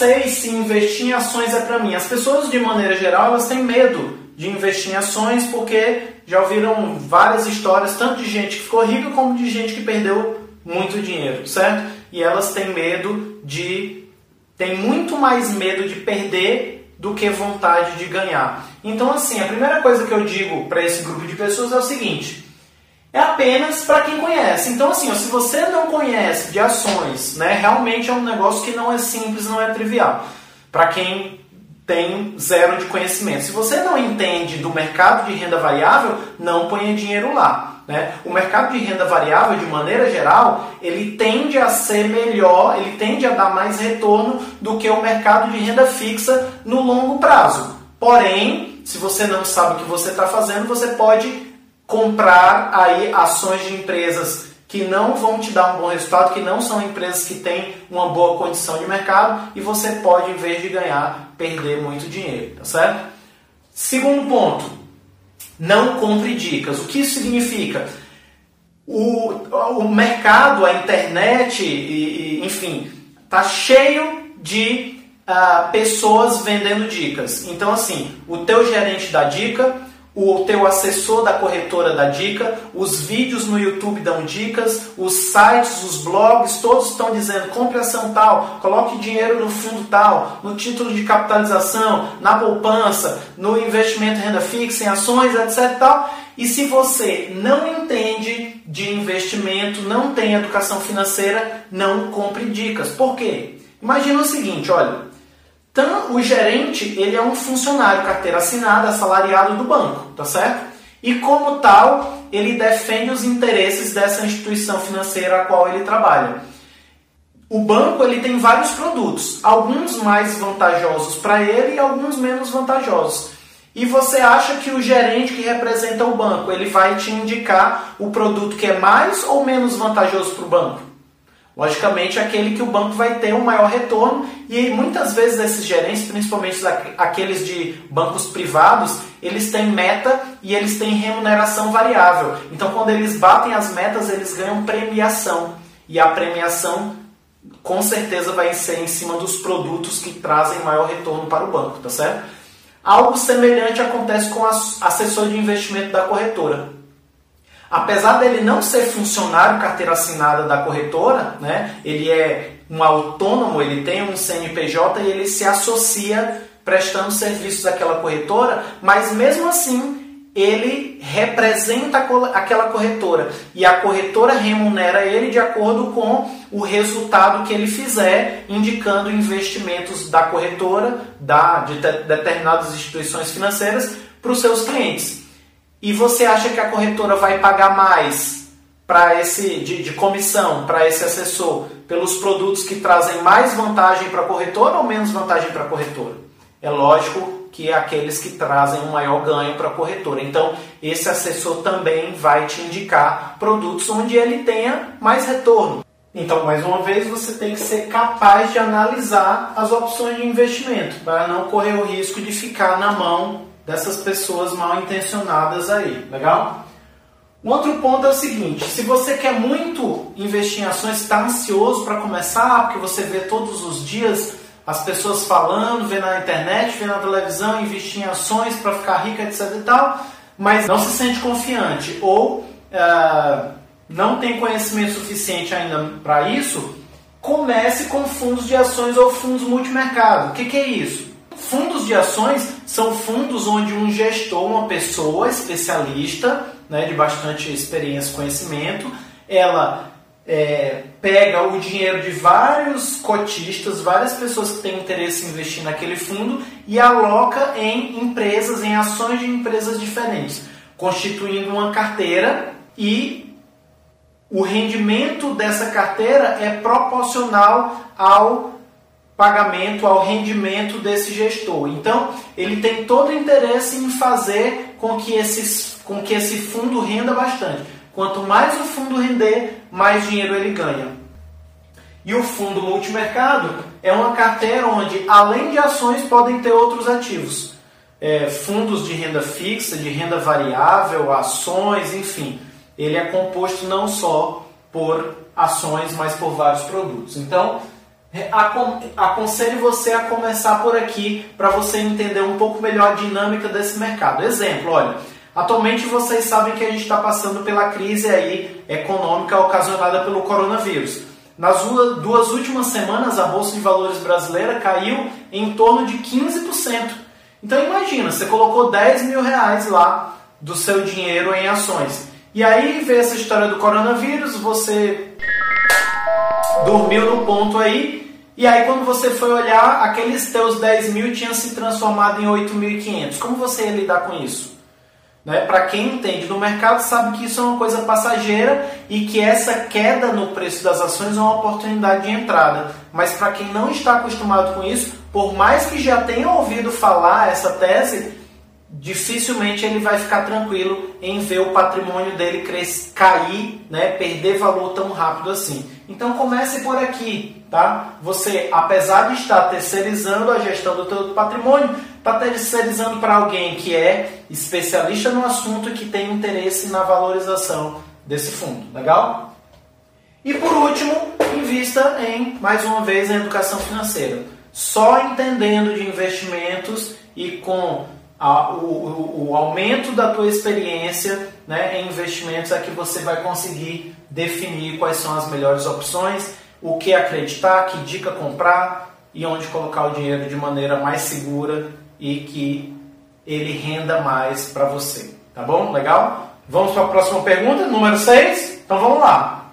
sei se investir em ações é para mim. As pessoas, de maneira geral, elas têm medo de investir em ações porque já ouviram várias histórias, tanto de gente que ficou rica como de gente que perdeu muito dinheiro, certo? E elas têm têm muito mais medo de perder do que vontade de ganhar. Então, assim, a primeira coisa que eu digo para esse grupo de pessoas é o seguinte: é apenas para quem conhece. Então, assim, se você não conhece de ações, né, realmente é um negócio que não é simples, não é trivial. Para quem tem zero de conhecimento. Se você não entende do mercado de renda variável, não ponha dinheiro lá, né? O mercado de renda variável, de maneira geral, ele tende a ser melhor, ele tende a dar mais retorno do que o mercado de renda fixa no longo prazo. Porém, se você não sabe o que você está fazendo, você pode comprar aí ações de empresas que não vão te dar um bom resultado, que não são empresas que têm uma boa condição de mercado, e você pode, em vez de ganhar, perder muito dinheiro, tá certo? Segundo ponto, não compre dicas. O que isso significa? O mercado, a internet, enfim, está cheio de pessoas vendendo dicas. Então, assim, o teu gerente dá dica, o teu assessor da corretora dá dica, os vídeos no YouTube dão dicas, os sites, os blogs, todos estão dizendo: compre ação tal, coloque dinheiro no fundo tal, no título de capitalização, na poupança, no investimento em renda fixa, em ações, etc. Tal. E se você não entende de investimento, não tem educação financeira, não compre dicas. Por quê? Imagina o seguinte, olha. Então, o gerente, ele é um funcionário carteira assinada, assalariado do banco, tá certo? E como tal, ele defende os interesses dessa instituição financeira a qual ele trabalha. O banco, ele tem vários produtos, alguns mais vantajosos para ele e alguns menos vantajosos. E você acha que o gerente que representa o banco, ele vai te indicar o produto que é mais ou menos vantajoso para o banco? Logicamente, aquele que o banco vai ter um maior retorno, e muitas vezes esses gerentes, principalmente aqueles de bancos privados, eles têm meta e eles têm remuneração variável. Então, quando eles batem as metas, eles ganham premiação. E a premiação, com certeza, vai ser em cima dos produtos que trazem maior retorno para o banco, tá certo? Algo semelhante acontece com o assessor de investimento da corretora. Apesar dele não ser funcionário carteira assinada da corretora, né, ele é um autônomo, ele tem um CNPJ e ele se associa prestando serviços àquela corretora, mas mesmo assim ele representa aquela corretora e a corretora remunera ele de acordo com o resultado que ele fizer, indicando investimentos da corretora, de determinadas instituições financeiras, para os seus clientes. E você acha que a corretora vai pagar mais de comissão para esse assessor pelos produtos que trazem mais vantagem para a corretora ou menos vantagem para a corretora? É lógico que é aqueles que trazem um maior ganho para a corretora. Então, esse assessor também vai te indicar produtos onde ele tenha mais retorno. Então, mais uma vez, você tem que ser capaz de analisar as opções de investimento para não correr o risco de ficar na mão dessas pessoas mal intencionadas aí, legal? Um outro ponto é o seguinte: se você quer muito investir em ações, está ansioso para começar, porque você vê todos os dias as pessoas falando, vê na internet, vê na televisão, investir em ações para ficar rica, etc e tal, mas não se sente confiante ou não tem conhecimento suficiente ainda para isso, comece com fundos de ações ou fundos multimercado. O que é isso? Fundos de ações são fundos onde um gestor, uma pessoa especialista, né, de bastante experiência e conhecimento, ela pega o dinheiro de vários cotistas, várias pessoas que têm interesse em investir naquele fundo e aloca em empresas, em ações de empresas diferentes, constituindo uma carteira, e o rendimento dessa carteira é proporcional ao pagamento, ao rendimento desse gestor. Então, ele tem todo o interesse em fazer com que esse fundo renda bastante. Quanto mais o fundo render, mais dinheiro ele ganha. E o fundo multimercado é uma carteira onde, além de ações, podem ter outros ativos. Fundos de renda fixa, de renda variável, ações, enfim. Ele é composto não só por ações, mas por vários produtos. Então, Aconselho você a começar por aqui para você entender um pouco melhor a dinâmica desse mercado. Exemplo, olha, atualmente vocês sabem que a gente está passando pela crise aí econômica ocasionada pelo coronavírus. Nas duas últimas semanas, a Bolsa de Valores brasileira caiu em torno de 15%. Então imagina, você colocou 10 mil reais lá do seu dinheiro em ações. E aí veio essa história do coronavírus, você dormiu no ponto aí, e aí quando você foi olhar, aqueles teus 10 mil tinham se transformado em 8.500. Como você ia lidar com isso? Né? Para quem entende do mercado sabe que isso é uma coisa passageira e que essa queda no preço das ações é uma oportunidade de entrada. Mas para quem não está acostumado com isso, por mais que já tenha ouvido falar essa tese, dificilmente ele vai ficar tranquilo em ver o patrimônio dele cair, né, perder valor tão rápido assim. Então comece por aqui, tá? Você, apesar de estar terceirizando a gestão do teu patrimônio, está terceirizando para alguém que é especialista no assunto e que tem interesse na valorização desse fundo, legal? E por último, invista mais uma vez, em educação financeira. Só entendendo de investimentos e com o aumento da tua experiência, né, em investimentos é que você vai conseguir definir quais são as melhores opções, o que acreditar, que dica comprar e onde colocar o dinheiro de maneira mais segura e que ele renda mais para você. Tá bom? Legal? Vamos para a próxima pergunta, número 6? Então vamos lá.